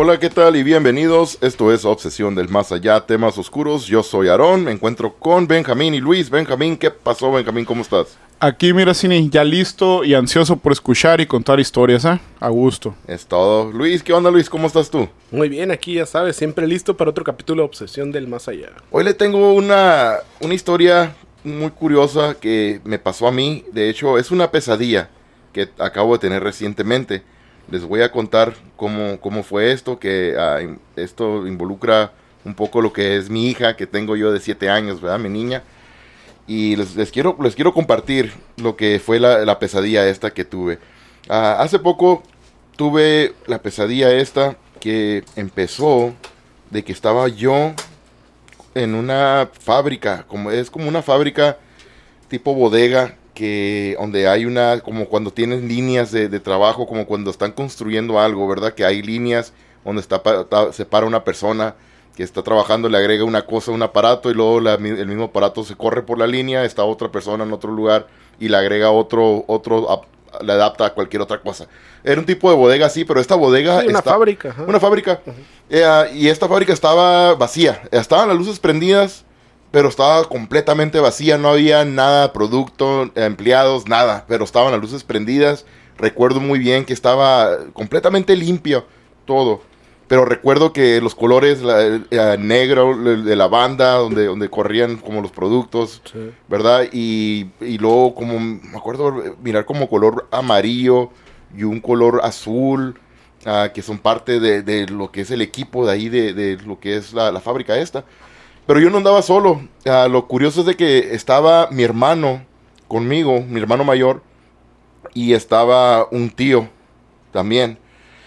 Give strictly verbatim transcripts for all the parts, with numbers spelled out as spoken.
Hola, ¿qué tal? Y bienvenidos. Esto es Obsesión del Más Allá, temas oscuros. Yo soy Aarón, me encuentro con Benjamín y Luis. Benjamín, ¿qué pasó, Benjamín? ¿Cómo estás? Aquí, mira, Cine, ya listo y ansioso por escuchar y contar historias, ¿eh? A gusto. Es todo. Luis, ¿qué onda, Luis? ¿Cómo estás tú? Muy bien, aquí ya sabes, siempre listo para otro capítulo de Obsesión del Más Allá. Hoy le tengo una, una historia muy curiosa que me pasó a mí. De hecho, es una pesadilla que acabo de tener recientemente. Les voy a contar cómo, cómo fue esto, que uh, esto involucra un poco lo que es mi hija, que tengo yo de siete años, ¿verdad? Mi niña. Y les, les, quiero, les quiero compartir lo que fue la, la pesadilla esta que tuve. Uh, hace poco tuve la pesadilla esta que empezó de que estaba yo en una fábrica, como es como una fábrica tipo bodega, que donde hay una, como cuando tienes líneas de, de trabajo, como cuando están construyendo algo, ¿verdad? Que hay líneas donde está, está, se para una persona que está trabajando, le agrega una cosa, un aparato, y luego la, el mismo aparato se corre por la línea, está otra persona en otro lugar y le agrega otro, otro ap, le adapta a cualquier otra cosa. Era un tipo de bodega así, pero esta bodega... Sí, una está, fábrica. Ajá. Una fábrica. Uh-huh. eh, y esta fábrica estaba vacía. Estaban las luces prendidas, pero estaba completamente vacía, no había nada, producto, empleados, nada, pero estaban las luces prendidas. Recuerdo muy bien que estaba completamente limpio todo, pero recuerdo que los colores, la, la negro de la banda, donde, donde corrían como los productos, sí, ¿verdad? Y, y luego como, me acuerdo mirar como color amarillo y un color azul, uh, que son parte de, de lo que es el equipo de ahí, de, de lo que es la, la fábrica esta. Pero yo no andaba solo. Uh, lo curioso es de que estaba mi hermano conmigo, mi hermano mayor, y estaba un tío también.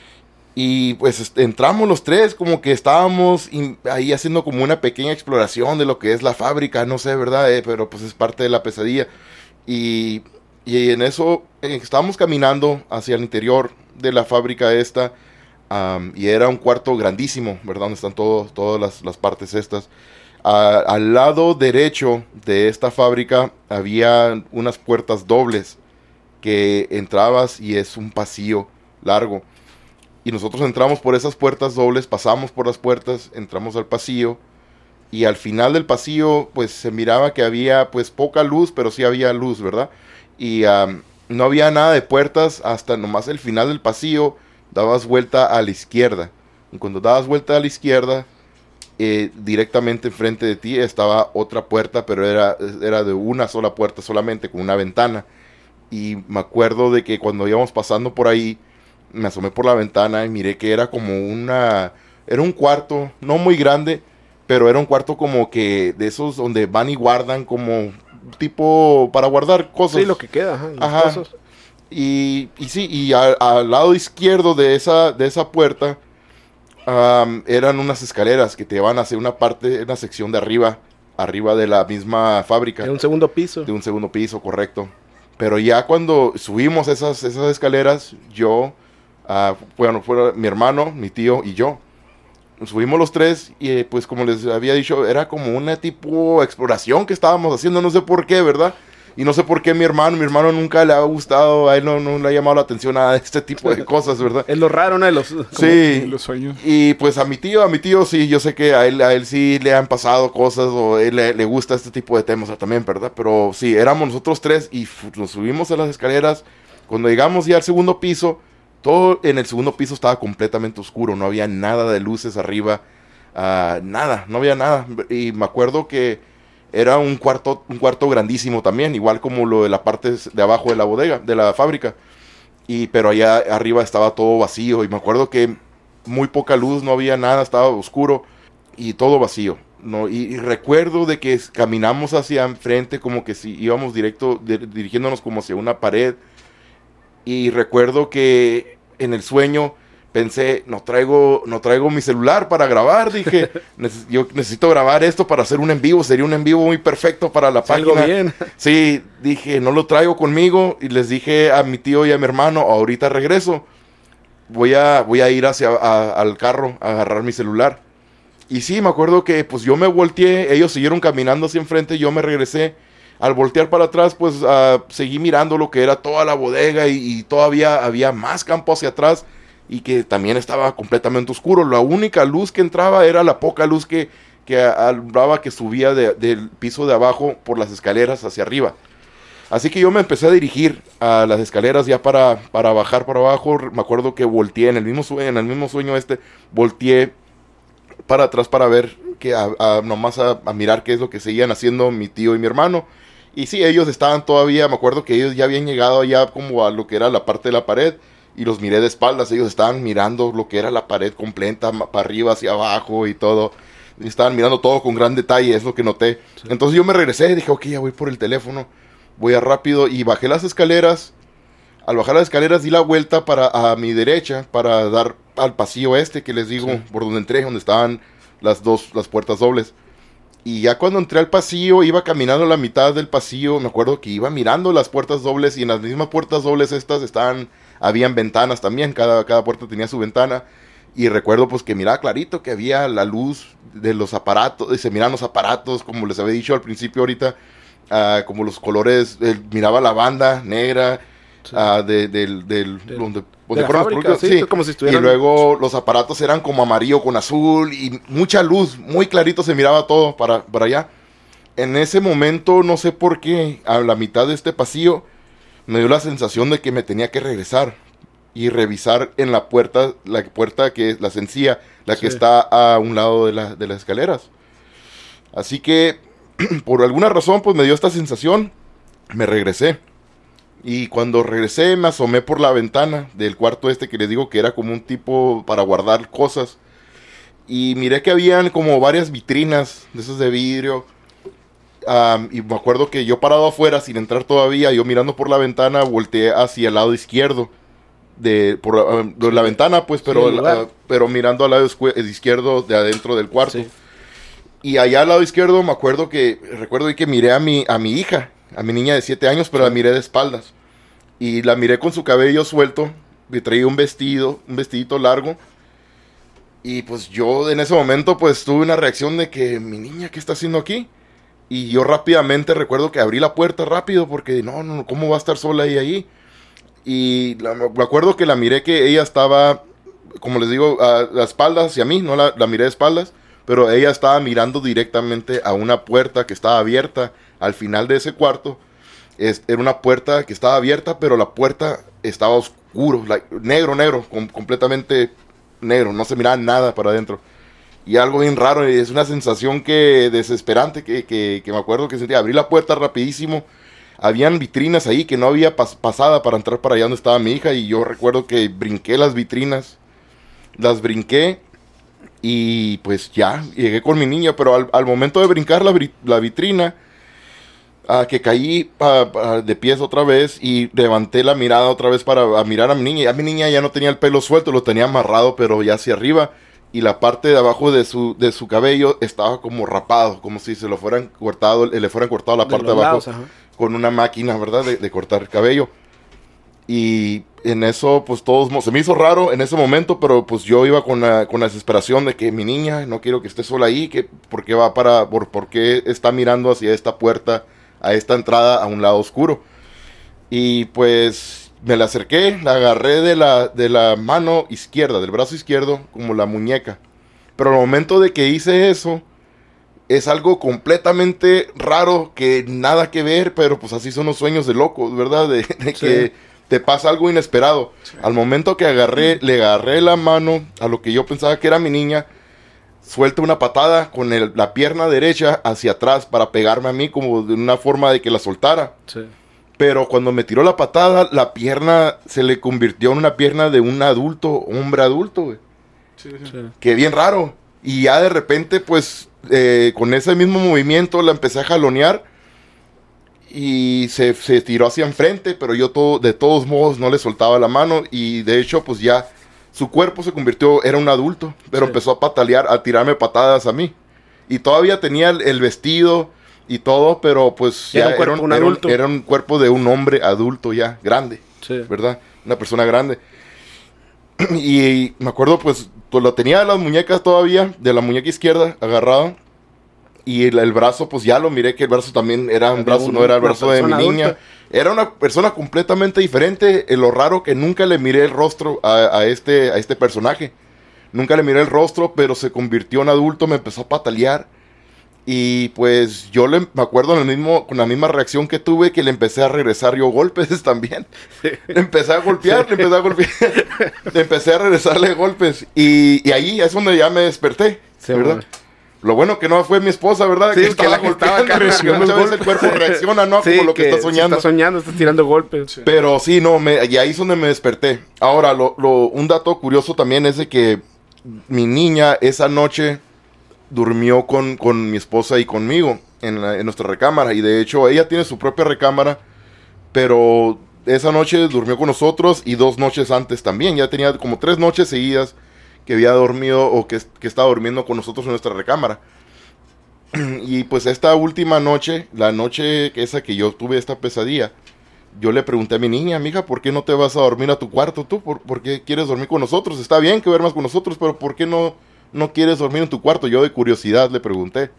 Y pues entramos los tres, como que estábamos in, ahí haciendo como una pequeña exploración de lo que es la fábrica, no sé, ¿verdad? Eh, pero pues es parte de la pesadilla. Y, y en eso eh, estábamos caminando hacia el interior de la fábrica esta, um, y era un cuarto grandísimo, ¿verdad? Donde están todo, todas las, las partes estas. Uh, al lado derecho de esta fábrica había unas puertas dobles que entrabas y es un pasillo largo. Y nosotros entramos por esas puertas dobles, pasamos por las puertas, entramos al pasillo. Y al final del pasillo, pues se miraba que había pues poca luz, pero sí había luz, ¿verdad? Y um, no había nada de puertas hasta nomás el final del pasillo. Dabas vuelta a la izquierda. Y cuando dabas vuelta a la izquierda, Eh, directamente enfrente de ti estaba otra puerta, pero era, era de una sola puerta solamente, con una ventana. Y me acuerdo de que cuando íbamos pasando por ahí, me asomé por la ventana y miré que era como una... Era un cuarto, no muy grande, pero era un cuarto como que de esos donde van y guardan como tipo para guardar cosas. Sí, lo que queda, ajá. Ajá. Cosas. Y, y sí, y a, al lado izquierdo de esa, de esa puerta... Um, eran unas escaleras que te llevan hacia una parte, una sección de arriba, arriba de la misma fábrica. De un segundo piso. De un segundo piso, correcto. Pero ya cuando subimos esas, esas escaleras, yo, uh, bueno, fue mi hermano, mi tío y yo. Subimos los tres y eh, pues como les había dicho, era como una tipo exploración que estábamos haciendo, no sé por qué, ¿verdad? Y no sé por qué mi hermano, mi hermano nunca le ha gustado, a él no, no le ha llamado la atención a este tipo de cosas, ¿verdad? Es lo raro, ¿no? De los, sí, los sueños. Y pues a mi tío, a mi tío sí, yo sé que a él, a él sí le han pasado cosas o a él le, le gusta este tipo de temas también, ¿verdad? Pero sí, éramos nosotros tres y f- nos subimos a las escaleras. Cuando llegamos ya al segundo piso, todo en el segundo piso estaba completamente oscuro, no había nada de luces arriba, uh, nada, no había nada. Y me acuerdo que era un cuarto, un cuarto grandísimo también, igual como lo de la parte de abajo de la bodega, de la fábrica. Y, pero allá arriba estaba todo vacío. Y me acuerdo que muy poca luz, no había nada, estaba oscuro y todo vacío, ¿no? Y, y recuerdo de que caminamos hacia enfrente como que si íbamos directo, de, dirigiéndonos como hacia una pared. Y recuerdo que en el sueño pensé, no traigo, no traigo mi celular para grabar, dije, neces- yo necesito grabar esto para hacer un en vivo, sería un en vivo muy perfecto para la Salgo página. bien. Sí, dije, no lo traigo conmigo y les dije a mi tío y a mi hermano, ahorita regreso, voy a, voy a ir hacia a, al carro a agarrar mi celular. Y sí, me acuerdo que pues yo me volteé, ellos siguieron caminando hacia enfrente, yo me regresé. Al voltear para atrás, pues uh, seguí mirando lo que era toda la bodega y, y todavía había más campo hacia atrás. y que también estaba completamente oscuro. La única luz que entraba era la poca luz que, que alumbraba, que subía de, del piso de abajo por las escaleras hacia arriba. Así que yo me empecé a dirigir a las escaleras ya para, para bajar para abajo. Me acuerdo que volteé en el mismo sueño, en el mismo sueño este, volteé para atrás para ver, que a, a, nomás a, a mirar qué es lo que seguían haciendo mi tío y mi hermano. Y sí, ellos estaban todavía, me acuerdo que ellos ya habían llegado ya como a lo que era la parte de la pared, y los miré de espaldas. Ellos estaban mirando lo que era la pared completa, para arriba, hacia abajo y todo. Y estaban mirando todo con gran detalle, es lo que noté. Sí. Entonces yo me regresé y dije, ok, ya voy por el teléfono. Voy a rápido y bajé las escaleras. Al bajar las escaleras di la vuelta para a mi derecha para dar al pasillo este que les digo, sí, por donde entré, donde estaban las dos, las puertas dobles. Y ya cuando entré al pasillo, iba caminando a la mitad del pasillo. Me acuerdo que iba mirando las puertas dobles, y en las mismas puertas dobles estas estaban, habían ventanas también. Cada, cada puerta tenía su ventana. Y recuerdo pues que miraba clarito que había la luz de los aparatos, y se miraban los aparatos, como les había dicho al principio ahorita. Uh, como los colores, eh, miraba la banda negra, sí, uh, de, del, del, de, donde, de la fábrica, sí, sí, como si estuvieran... Y luego los aparatos eran como amarillo con azul, y mucha luz, muy clarito se miraba todo para, para allá. En ese momento, no sé por qué, a la mitad de este pasillo, me dio la sensación de que me tenía que regresar y revisar en la puerta, la puerta que es la sencilla, la sí, que está a un lado de, la, de las escaleras. Así que por alguna razón, pues me dio esta sensación. Me regresé. Y cuando regresé, me asomé por la ventana del cuarto este, que les digo que era como un tipo para guardar cosas. Y miré que habían como varias vitrinas de esas de vidrio. Um, y me acuerdo que yo parado afuera, sin entrar todavía, yo mirando por la ventana, volteé hacia el lado izquierdo. De, por uh, de la ventana, pues, pero, sí, uh, pero mirando al lado izquierdo de adentro del cuarto. Sí. Y allá al lado izquierdo me acuerdo que, recuerdo que miré a mi, a mi hija, a mi niña de siete años, pero sí, la miré de espaldas. Y la miré con su cabello suelto, y traía un vestido, un vestidito largo. Y pues yo en ese momento pues tuve una reacción de que, mi niña, ¿qué está haciendo aquí? Y yo rápidamente recuerdo que abrí la puerta rápido, porque no, no, ¿cómo va a estar sola ella ahí? Y la, me acuerdo que la miré que ella estaba, como les digo, a la espaldas hacia mí, no la, la miré de espaldas. Pero ella estaba mirando directamente a una puerta que estaba abierta al final de ese cuarto. Es, era una puerta que estaba abierta, pero la puerta estaba oscuro, like, negro, negro, com, completamente negro. No se miraba nada para adentro. Y algo bien raro, y es una sensación que desesperante que, que, que me acuerdo que sentía. Abrí la puerta rapidísimo. Habían vitrinas ahí que no había pas, pasada para entrar para allá donde estaba mi hija. Y yo recuerdo que brinqué las vitrinas. Las brinqué. Y pues ya, llegué con mi niña, pero al, al momento de brincar la, la vitrina, uh, que caí uh, uh, de pies otra vez y levanté la mirada otra vez para uh, mirar a mi niña. Ya mi niña ya no tenía el pelo suelto, lo tenía amarrado, pero ya hacia arriba. Y la parte de abajo de su, de su cabello estaba como rapado, como si se lo fueran cortado, le fueran cortado la parte de, de abajo lados, con una máquina, ¿verdad? De, de cortar cabello. Y en eso, pues todos, se me hizo raro en ese momento, pero pues yo iba con la, con la desesperación de que mi niña, no quiero que esté sola ahí, que por qué va para, por, por qué está mirando hacia esta puerta, a esta entrada, a un lado oscuro. Y pues me la acerqué, la agarré de la, de la mano izquierda, del brazo izquierdo, como la muñeca. Pero al momento de que hice eso, es algo completamente raro, que nada que ver, pero pues así son los sueños de locos, ¿verdad? De, de sí, que te pasa algo inesperado. Sí. Al momento que agarré, le agarré la mano a lo que yo pensaba que era mi niña, suelta una patada con el, la pierna derecha hacia atrás para pegarme a mí, como de una forma de que la soltara. Sí. Pero cuando me tiró la patada, la pierna se le convirtió en una pierna de un adulto, hombre adulto, güey. Sí, sí. Que bien raro. Y ya de repente, pues, eh, con ese mismo movimiento la empecé a jalonear. Y se, se tiró hacia enfrente, pero yo todo, de todos modos no le soltaba la mano. Y de hecho, pues ya su cuerpo se convirtió, era un adulto, pero sí, empezó a patalear, a tirarme patadas a mí. Y todavía tenía el, el vestido y todo, pero pues era ya un cuerpo, era, un, un era, adulto. Un, era un cuerpo de un hombre adulto ya, grande, sí, ¿verdad? Una persona grande. Y me acuerdo, pues, pues lo tenía de las muñecas todavía, de la muñeca izquierda, agarrado. y el, el brazo, pues ya lo miré que el brazo también era un brazo, no era el brazo de mi niña. Adulta. Era una persona completamente diferente. Eh, lo raro que nunca le miré el rostro a, a, este, a este personaje. Nunca le miré el rostro, pero se convirtió en adulto, me empezó a patalear. Y pues yo le, me acuerdo en el mismo, con la misma reacción que tuve, que le empecé a regresar yo golpes también. Sí. Le empecé a golpear, le empecé a golpear. Le empecé a regresarle golpes. Y, y ahí es donde ya me desperté, sí, ¿verdad? Bueno. Lo bueno que no fue mi esposa, ¿verdad? Sí, que estaba que la golpeando. Muchas veces el cuerpo reacciona, ¿no? Sí, como lo que, que está soñando. Está soñando, está tirando golpes. Sí. Pero sí, no, me, y ahí es donde me desperté. Ahora, lo, lo, un dato curioso también es de que mi niña esa noche durmió con, con mi esposa y conmigo en, la, en nuestra recámara. Y de hecho, ella tiene su propia recámara, pero esa noche durmió con nosotros y dos noches antes también. Ya tenía como tres noches seguidas que había dormido o que, que estaba durmiendo con nosotros en nuestra recámara. Y pues esta última noche, la noche esa que yo tuve esta pesadilla, yo le pregunté a mi niña, mija, ¿por qué no te vas a dormir a tu cuarto tú? ¿Por, ¿por qué quieres dormir con nosotros? Está bien que duermas con nosotros, pero ¿por qué no, no quieres dormir en tu cuarto? Yo de curiosidad le pregunté.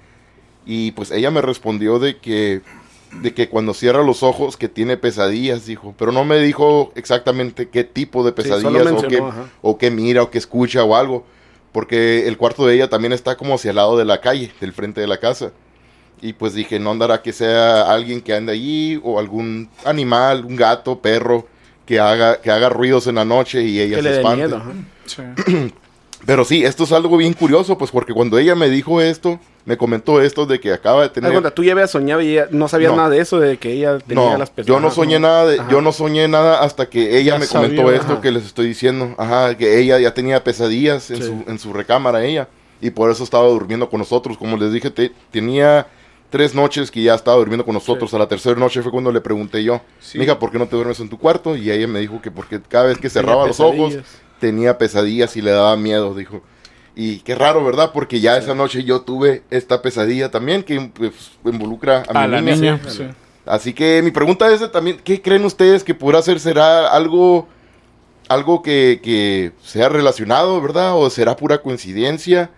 Y pues ella me respondió de que, de que cuando cierra los ojos que tiene pesadillas, dijo. Pero no me dijo exactamente qué tipo de pesadillas, sí, o, qué, o qué mira o qué escucha o algo. Porque el cuarto de ella también está como hacia el lado de la calle, del frente de la casa. Y pues dije, no andará que sea alguien que ande allí o algún animal, un gato, perro, que haga, que haga ruidos en la noche y ella que se le espante. Miedo, sí. Pero sí, esto es algo bien curioso, pues porque cuando ella me dijo esto, me comentó esto de que acaba de tener... Cuando tú ya habías soñado y ella no sabías no. nada de eso, de que ella tenía no, las pesadillas. yo no soñé nada, de, yo no soñé nada hasta que ella ya me sabía, comentó esto ajá. que les estoy diciendo. Ajá, que ella ya tenía pesadillas en, sí. su, en su recámara, ella. Y por eso estaba durmiendo con nosotros. Como les dije, te, tenía tres noches que ya estaba durmiendo con nosotros. Sí. A la tercera noche fue cuando le pregunté yo, sí. mija, ¿por qué no te duermes en tu cuarto? Y ella me dijo que porque cada vez que cerraba los ojos, tenía pesadillas y le daba miedo, dijo. Y qué raro, ¿verdad? Porque ya sí. esa noche yo tuve esta pesadilla también que pues, involucra a, a mi la niña. niña. Sí. Sí. Así que mi pregunta es también, ¿qué creen ustedes que podrá ser? ¿Será algo, algo que, que sea relacionado, verdad? ¿O será pura coincidencia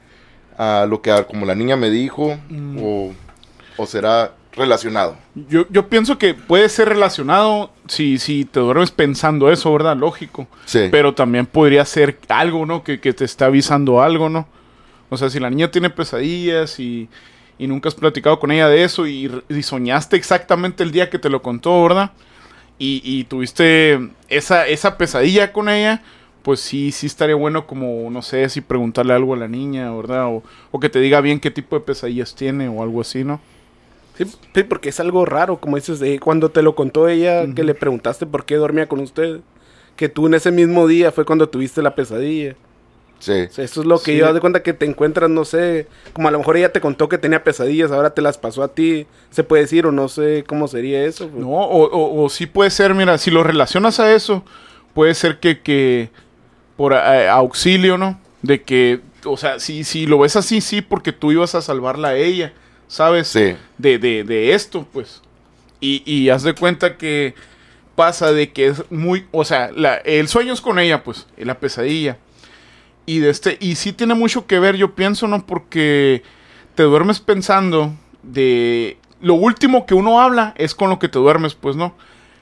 a lo que como la niña me dijo? Mm. O, ¿O será relacionado? Yo, yo pienso que puede ser relacionado si, si te duermes pensando eso, ¿verdad? Lógico. Sí. Pero también podría ser algo, ¿no? Que, que te está avisando algo, ¿no? O sea, si la niña tiene pesadillas y, y nunca has platicado con ella de eso y, y soñaste exactamente el día que te lo contó, ¿verdad? Y, y tuviste esa, esa pesadilla con ella, pues sí, sí estaría bueno como, no sé, si preguntarle algo a la niña, ¿verdad? O, o que te diga bien qué tipo de pesadillas tiene o algo así, ¿no? Sí, sí, porque es algo raro, como dices, de cuando te lo contó ella, uh-huh. que le preguntaste por qué dormía con usted, que tú en ese mismo día fue cuando tuviste la pesadilla. Sí. O sea, eso es lo que sí. yo doy de cuenta que te encuentras, no sé, como a lo mejor ella te contó que tenía pesadillas, ahora te las pasó a ti, se puede decir, o no sé cómo sería eso. Pues. No, o, o, o sí puede ser, mira, si lo relacionas a eso, puede ser que, que por a, auxilio, ¿no? De que, o sea, si, si lo ves así, sí, porque tú ibas a salvarla a ella. ¿Sabes? Sí. De, de, de esto, pues. Y, y haz de cuenta que pasa de que es muy... O sea, la, el sueño es con ella, pues. La pesadilla. Y de este y sí tiene mucho que ver, yo pienso, ¿no? Porque te duermes pensando de... Lo último que uno habla es con lo que te duermes, pues, ¿no?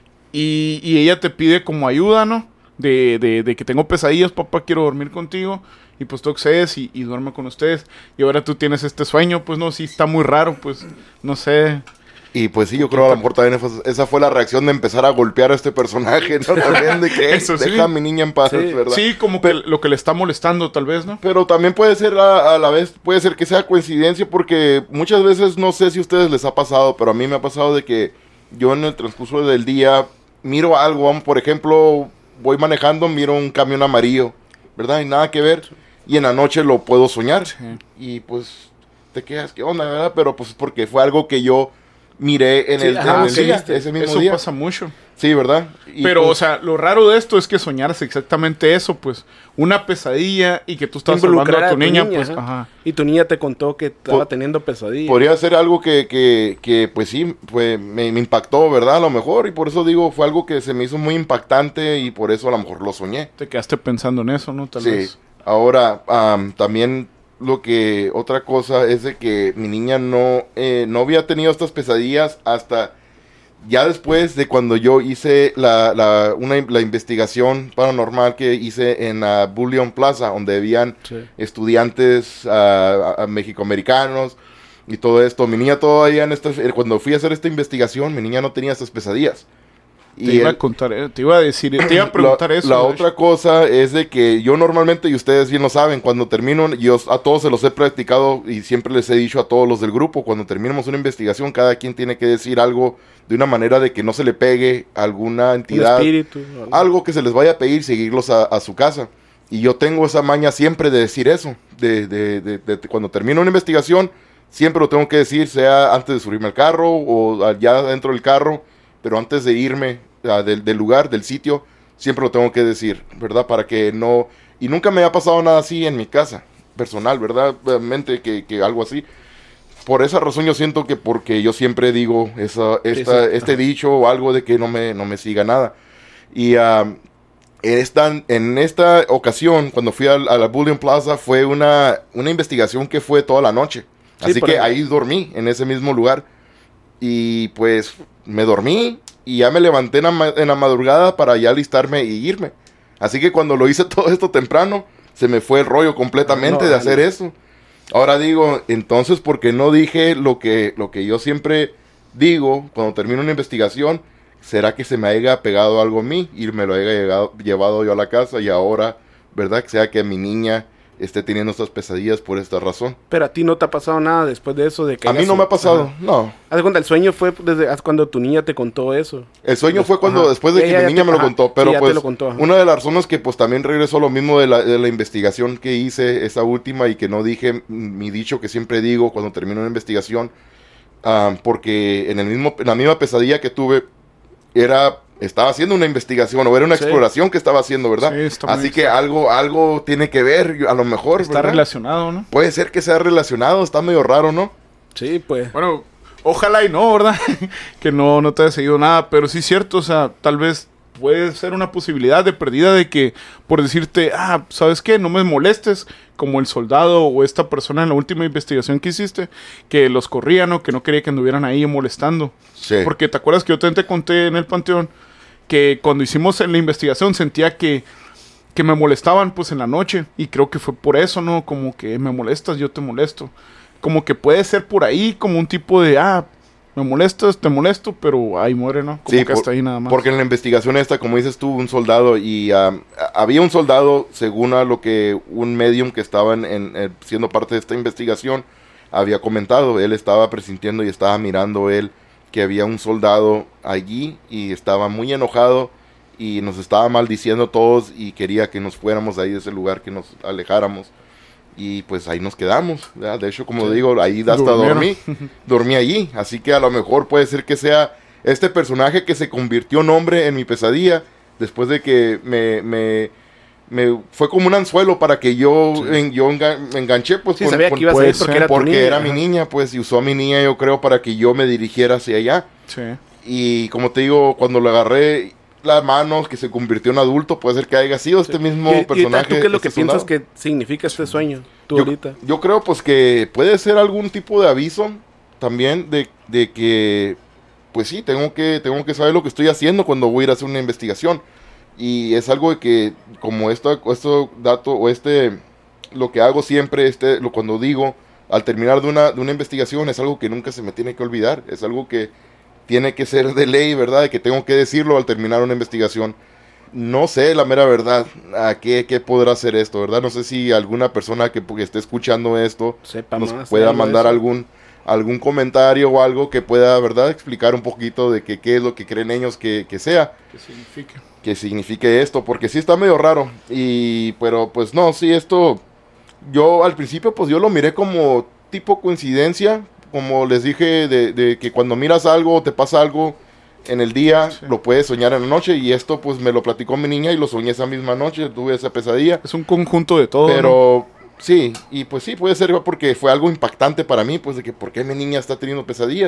Y, y ella te pide como ayuda, ¿no? De, de, de que tengo pesadillas, papá, quiero dormir contigo. Y pues tú accedes y, y duerme con ustedes. Y ahora tú tienes este sueño, pues no, sí está muy raro, pues no sé. Y pues sí, yo creo a lo mejor también fue, esa fue la reacción de empezar a golpear a este personaje, ¿no? También de que Eso, deja sí. a mi niña en paz, Sí, ¿verdad? sí, como que lo que le está molestando tal vez, ¿no? Pero también puede ser a, a la vez, puede ser que sea coincidencia porque muchas veces, no sé si a ustedes les ha pasado, pero a mí me ha pasado de que yo en el transcurso del día miro algo, por ejemplo, voy manejando, miro un camión amarillo, ¿verdad? Y nada que ver. Y en la noche lo puedo soñar. Sí. Y pues te quedas, ¿qué onda, verdad? Pero pues porque fue algo que yo miré en sí, el, ajá, en el sí, día, ese mismo eso día. pasa mucho. Sí, ¿verdad? Y pero, pues, o sea, lo raro de esto es que soñaras exactamente eso, pues. Una pesadilla y que tú estás salvando a tu, a tu niña, niña, pues. Ajá. Ajá. Y tu niña te contó que estaba Po- teniendo pesadillas. podría ser algo que, que, que pues sí, pues, me, me impactó, ¿verdad? A lo mejor. Y por eso digo, fue algo que se me hizo muy impactante y por eso a lo mejor lo soñé. Te quedaste pensando en eso, ¿no? Tal Sí. vez. Ahora, um, también lo que, otra cosa es de que mi niña no, eh, no había tenido estas pesadillas hasta ya después de cuando yo hice la, la, una, la investigación paranormal que hice en la Bullion Plaza, donde habían sí. estudiantes uh, mexicoamericanos y todo esto. Mi niña todavía, en esta, cuando fui a hacer esta investigación, mi niña no tenía estas pesadillas. Te y iba el, a contar, te iba a decir, te iba a preguntar la, eso. La otra cosa es de que yo normalmente, y ustedes bien lo saben, cuando termino, yo a todos se los he practicado y siempre les he dicho a todos los del grupo, cuando terminamos una investigación, cada quien tiene que decir algo de una manera de que no se le pegue a alguna entidad, espíritu, algo. algo que se les vaya a pedir, seguirlos a, a su casa. Y yo tengo esa maña siempre de decir eso, de, de, de, de, de cuando termino una investigación, siempre lo tengo que decir, sea antes de subirme al carro o allá dentro del carro, pero antes de irme uh, del, del lugar, del sitio, siempre lo tengo que decir, ¿verdad? Para que no... Y nunca me ha pasado nada así en mi casa, personal, ¿verdad? Realmente que, que algo así. Por esa razón yo siento que porque yo siempre digo esa, esta, sí, sí. este dicho o algo de que no me, no me siga nada. Y uh, esta, en esta ocasión, cuando fui a, a la Bullion Plaza, fue una, una investigación que fue toda la noche. Sí, Así que ahí. ahí dormí, en ese mismo lugar. Y pues me dormí y ya me levanté en la, en la madrugada para ya alistarme y irme. Así que cuando lo hice todo esto temprano, se me fue el rollo completamente no, de hacer no. eso. Ahora digo, entonces, ¿por qué no dije lo que, lo que yo siempre digo cuando termino una investigación? ¿Será que se me haya pegado algo a mí y me lo haya llegado, llevado yo a la casa y ahora, ¿verdad? Que sea que mi niña esté teniendo estas pesadillas por esta razón. Pero a ti no te ha pasado nada después de eso. De que a mí no me ha pasado, ajá. no. Haz de cuenta, el sueño fue desde cuando tu niña te contó eso. El sueño fue cuando, ajá. después de que ella mi niña te, me lo ajá, contó. Pero pues, lo contó, una de las razones que pues también regresó lo mismo de la, de la investigación que hice, esa última, y que no dije mi dicho que siempre digo cuando termino una investigación, um, porque en, el mismo, en la misma pesadilla que tuve, era... estaba haciendo una investigación o era una sí. exploración que estaba haciendo, ¿verdad? Sí, Así que algo, algo tiene que ver, a lo mejor. Está ¿verdad? relacionado, ¿no? Puede ser que sea relacionado, está medio raro, ¿no? Sí, pues. Bueno, ojalá y no, ¿verdad? que no, no te haya seguido nada, pero sí es cierto, o sea, tal vez puede ser una posibilidad de perdida de que, por decirte, ah, ¿sabes qué? No me molestes, como el soldado o esta persona en la última investigación que hiciste, que los corrían o que no quería que anduvieran ahí molestando. Sí. Porque te acuerdas que yo también te conté en el panteón que cuando hicimos en la investigación sentía que, que me molestaban pues en la noche, y creo que fue por eso, ¿no? Como que me molestas, yo te molesto. Como que puede ser por ahí, como un tipo de, ah, me molestas, te molesto, pero ahí muere, ¿no? Como sí, que por, hasta ahí nada más. Porque en la investigación esta, como dices tú, un soldado, y um, había un soldado, según a lo que un medium que estaba en, en, en, siendo parte de esta investigación, había comentado. Él estaba presintiendo y estaba mirando él que había un soldado allí y estaba muy enojado y nos estaba maldiciendo a todos y quería que nos fuéramos de ahí de ese lugar, que nos alejáramos. Y pues ahí nos quedamos, ¿verdad? De hecho, como sí. digo, ahí hasta Durmieron. dormí, dormí allí. Así que a lo mejor puede ser que sea este personaje que se convirtió en hombre en mi pesadilla, después de que me... me Me fue como un anzuelo para que yo, sí. en, yo enga, me enganché, pues, sí, con, sabía con, que ibas pues, a ir porque era, porque niña, era ajá. mi niña, pues, y usó a mi niña, yo creo, para que yo me dirigiera hacia allá. Sí. Y como te digo, cuando le agarré las manos, que se convirtió en adulto, puede ser que haya sido sí. este mismo y, personaje. ¿Y tú qué es lo este que soldado? piensas que significa este sueño, tú yo, ahorita? Yo creo, pues, que puede ser algún tipo de aviso también de, de que, pues sí, tengo que, tengo que saber lo que estoy haciendo cuando voy a ir a hacer una investigación. Y es algo de que, como esto, esto dato, o este, lo que hago siempre, este, lo cuando digo, al terminar de una, de una investigación, es algo que nunca se me tiene que olvidar. Es algo que tiene que ser de ley, ¿verdad? De que tengo que decirlo al terminar una investigación. No sé la mera verdad a qué, qué podrá hacer esto, ¿verdad? No sé si alguna persona que, que esté escuchando esto Sepa nos más, pueda mandar algún, algún comentario o algo que pueda, ¿verdad? Explicar un poquito de que, qué es lo que creen ellos que, que sea. ¿Qué significa? Que signifique esto, porque sí está medio raro. Y, pero pues no, sí, esto, yo al principio pues yo lo miré como tipo coincidencia, como les dije, de, de que cuando miras algo o te pasa algo en el día, sí. lo puedes soñar en la noche, y esto pues me lo platicó mi niña y lo soñé esa misma noche, tuve esa pesadilla. Es un conjunto de todo, pero ¿no? Sí, y pues sí, puede ser porque fue algo impactante para mí, pues de que por qué mi niña está teniendo pesadillas.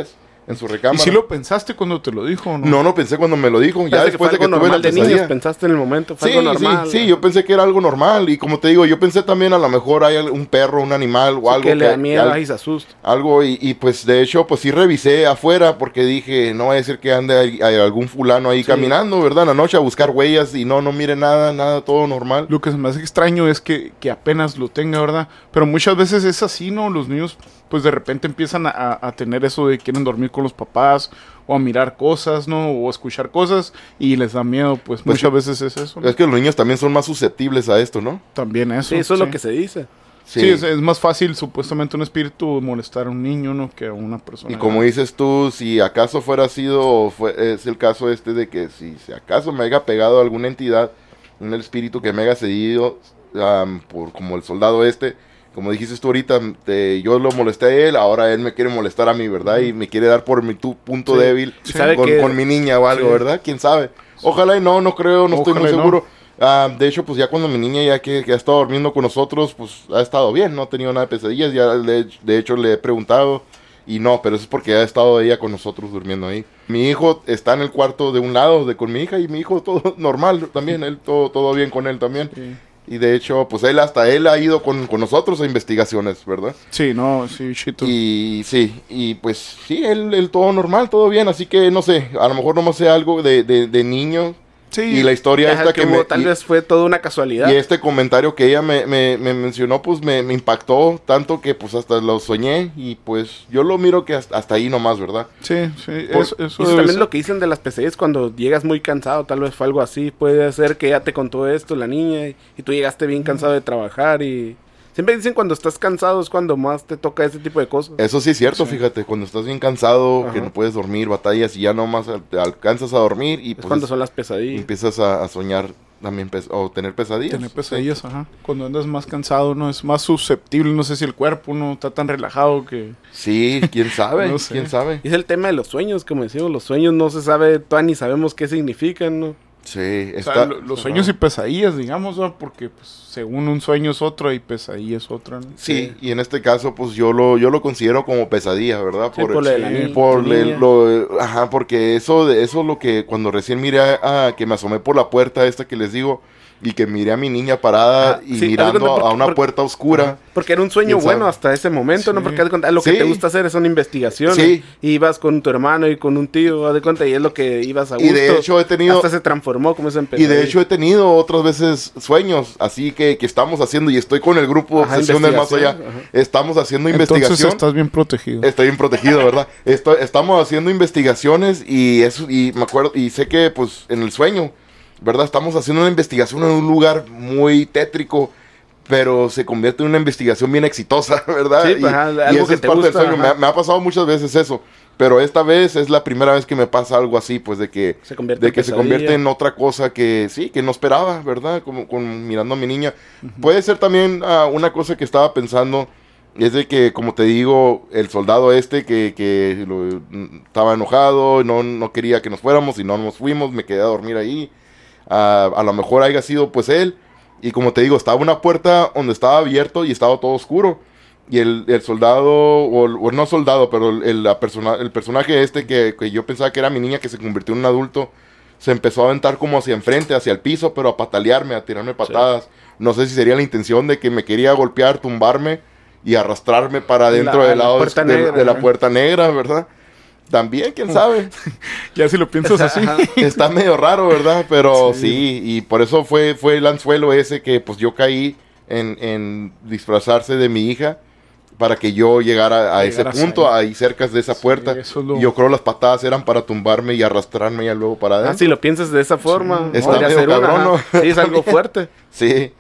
en su ¿Y recámara. si lo pensaste cuando te lo dijo o no? No, no pensé cuando me lo dijo. Ya después de que tuve la de pesadilla. niños, pensaste en el momento, fue Sí, algo normal. sí, sí, yo pensé que era algo normal. Y como te digo, yo pensé también a lo mejor hay un perro, un animal o Sí, algo que le da que- miedo que- y se asusta. algo y, y, pues de hecho pues sí revisé afuera porque dije no va a decir que ande hay, hay algún fulano ahí Sí. caminando, ¿verdad? En la noche a buscar huellas y no, no mire nada, nada, todo normal. Lo que se me hace extraño es que, que apenas lo tenga, ¿verdad? Pero muchas veces es así, ¿no? Los niños, pues de repente empiezan a, a tener eso de quieren dormir con los papás o a mirar cosas, ¿no? O a escuchar cosas y les da miedo, pues, Pues muchas sí. veces es eso, ¿no? Es que los niños también son más susceptibles a esto, ¿no? También eso. Sí, eso es lo que se dice. Sí, es, es más fácil supuestamente un espíritu molestar a un niño, ¿no? Que a una persona. Y como dices tú, si acaso fuera sido, fue, es el caso este de que si, si acaso me haya pegado alguna entidad, un espíritu que me haya cedido, um, por como el soldado este, como dijiste tú ahorita, te- yo lo molesté a él, ahora él me quiere molestar a mí, ¿verdad? Y me quiere dar por mi tu punto Sí. débil Sí. ¿Sabe con, que- con mi niña o algo, Sí. ¿verdad? ¿Quién sabe? Ojalá y no, no creo, no estoy Ojalá muy y no. seguro. Ah, de hecho, pues ya cuando mi niña ya que, que ha estado durmiendo con nosotros, pues ha estado bien, no ha tenido nada de pesadillas, ya le- de hecho le he preguntado y no, pero eso es porque ha estado ella con nosotros durmiendo ahí. Mi hijo está en el cuarto de un lado de con mi hija y mi hijo todo normal también, él todo, todo bien con él también. Sí. Y de hecho, pues él hasta él ha ido con, con nosotros a investigaciones, ¿verdad? Sí, no, sí, chito. Y sí, y pues sí, él, él todo normal, todo bien, así que no sé, a lo mejor nomás sé algo de, de, de niño. Sí. Y la historia Ajá, esta que, hubo- me... tal y- vez fue toda una casualidad. y este comentario que ella me, me, me mencionó, pues me, me impactó tanto que pues hasta lo soñé y pues yo lo miro que hasta, hasta ahí nomás, ¿verdad? Sí, sí, Por- eso, eso Y eso debe también ser. es lo que dicen de las pesadillas cuando llegas muy cansado, tal vez fue algo así, puede ser que ya te contó esto la niña y, y tú llegaste bien cansado de trabajar y siempre dicen cuando estás cansado es cuando más te toca ese tipo de cosas. Eso sí es cierto, Sí. fíjate, cuando estás bien cansado, Ajá. que no puedes dormir, batallas y ya nomás al- te alcanzas a dormir y Es pues cuando es- son las pesadillas. empiezas a, a soñar también pes- o tener pesadillas. Tener pesadillas, ajá. Cuando andas más cansado, no es más susceptible. No sé si el cuerpo no está tan relajado que. Sí, quién sabe, No sé. quién sabe. Y es el tema de los sueños, como decimos, los sueños no se sabe, todavía ni sabemos qué significan, ¿no? Sí, O está... sea, lo- los sueños y Ajá. pesadillas, digamos, ¿no? Porque pues, según un sueño es otro y pesadilla es otra, ¿no? Sí, y en este caso, pues yo lo, yo lo considero como pesadilla, ¿verdad? Sí, por lo de la sí, ni- por tu el- niña. lo, ajá, porque eso, de- eso es lo que cuando recién miré a, a- que me asomé por la puerta esta que les digo y que miré a mi niña parada Ajá, y sí, haz de mirando cuenta a, porque- una porque- puerta oscura. Ajá. Porque era un sueño ¿Quién sabe? bueno hasta ese momento, ¿no? Sí. Porque haz de cuenta, lo que Sí. te gusta hacer son investigaciones. Sí. Y ibas con tu hermano y con un tío, haz de cuenta, y es lo que ibas a Y gusto. de hecho he tenido Hasta se transformó como ese y empezó. de hecho he tenido otras veces sueños así que, que estamos haciendo y estoy con el grupo Ajá, Obsesión del Más Allá. investigación, ajá. Estamos haciendo Entonces investigación. estás bien protegido. Estoy bien protegido, ¿verdad? Estoy, estamos haciendo investigaciones y eso y me acuerdo y sé que pues en el sueño, ¿verdad? Estamos haciendo una investigación en un lugar muy tétrico, pero se convierte en una investigación bien exitosa, ¿verdad? Sí, y, pues, ajá, y algo eso que es te parte gusta, del sueño. Me ajá. ha, me ha pasado muchas veces eso, pero esta vez es la primera vez que me pasa algo así, pues de que Se convierte de en que se pesadilla. convierte en otra cosa que sí, que no esperaba, ¿verdad? Como con, mirando a mi niña. Puede ser también ah, una cosa que estaba pensando, es de que, como te digo, el soldado este que, que lo- mm, estaba enojado, no, no quería que nos fuéramos y no nos fuimos, me quedé a dormir ahí. Ah, a lo mejor haya sido pues él. Y como te digo, estaba una puerta donde estaba abierto y estaba todo oscuro. Y el, el soldado, o, o no soldado, pero el, el- la persona, el personaje este que, que yo pensaba que era mi niña que se convirtió en un adulto, se empezó a aventar como hacia enfrente, hacia el piso, pero a patalearme, a tirarme patadas. No sé si sería la intención de que me quería golpear, tumbarme y arrastrarme para adentro La- del la lado puerta de, negra, de la ¿no? puerta negra, ¿verdad? También, quién sabe. Ya si lo piensas así. Ajá. Está medio raro, ¿verdad? Pero sí. Sí. y por eso fue, fue el anzuelo ese que pues yo caí en, en disfrazarse de mi hija para que yo llegara a ese Llegaras punto, ahí. ahí cerca de esa Sí, puerta. eso es lo- Y yo creo las patadas eran para tumbarme y arrastrarme ya luego para Ah, adentro. si lo piensas de esa forma, Está podría medio ser una, cabrón, ajá. ¿no? Sí, es algo fuerte. Sí.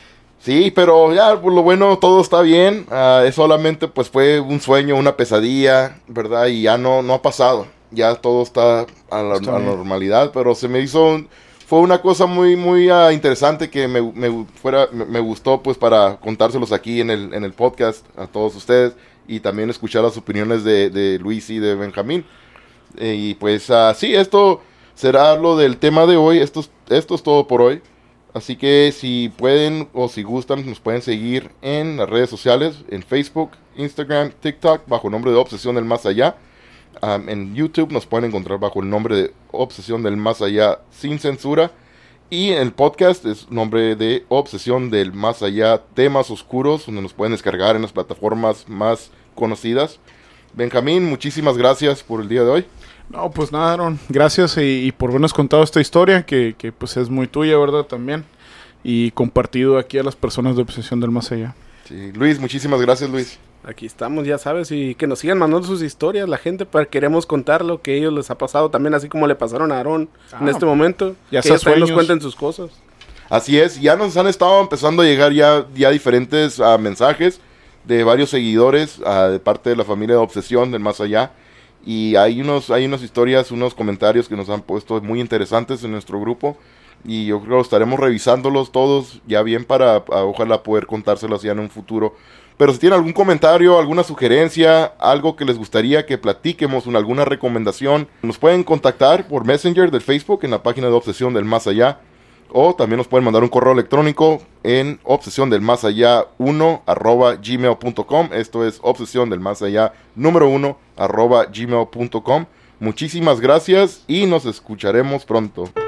Sí, pero ya, por lo bueno, todo está bien. Ah, es solamente, pues, fue un sueño, una pesadilla, ¿verdad? Y ya no, no ha pasado. Ya todo está a la, Está a bien. normalidad, pero se me hizo... un- fue una cosa muy, muy ah, interesante que me, me fuera, me, me gustó, pues, para contárselos aquí en el, en el podcast a todos ustedes y también escuchar las opiniones de, de Luis y de Benjamín. Eh, y pues, ah, sí, esto será lo del tema de hoy. Esto, es- esto es todo por hoy. Así que si pueden o si gustan, nos pueden seguir en las redes sociales, en Facebook, Instagram, TikTok, bajo el nombre de Obsesión del Más Allá. Um, en YouTube nos pueden encontrar bajo el nombre de Obsesión del Más Allá Sin Censura. Y el podcast es nombre de Obsesión del Más Allá Temas Oscuros, donde nos pueden descargar en las plataformas más conocidas. Benjamín, muchísimas gracias por el día de hoy. No, pues nada, Aaron. Gracias y, y por habernos contado esta historia, que, que pues es muy tuya, ¿verdad? También. Y compartido aquí a las personas de Obsesión del Más Allá. Sí, Luis, muchísimas gracias, Luis. Aquí estamos, ya sabes, y que nos sigan mandando sus historias, la gente, para queremos contar lo que a ellos les ha pasado, también así como le pasaron a Aarón ah, en este momento. Ya que ellos también nos cuenten sus cosas. Así es, ya nos han estado empezando a llegar ya, ya diferentes uh, mensajes de varios seguidores uh, de parte de la familia de Obsesión del Más Allá. Y hay unos, hay unas historias, unos comentarios que nos han puesto muy interesantes en nuestro grupo. Y yo creo que estaremos revisándolos todos ya bien para uh, ojalá poder contárselos ya en un futuro. Pero si tienen algún comentario, alguna sugerencia, algo que les gustaría que platiquemos, una, alguna recomendación, nos pueden contactar por Messenger del Facebook en la página de Obsesión del Más Allá. O también nos pueden mandar un correo electrónico en obsesión del más allá uno arroba gmail punto com. Esto es obsesión del más allá número uno arroba gmail punto com. Muchísimas gracias y nos escucharemos pronto.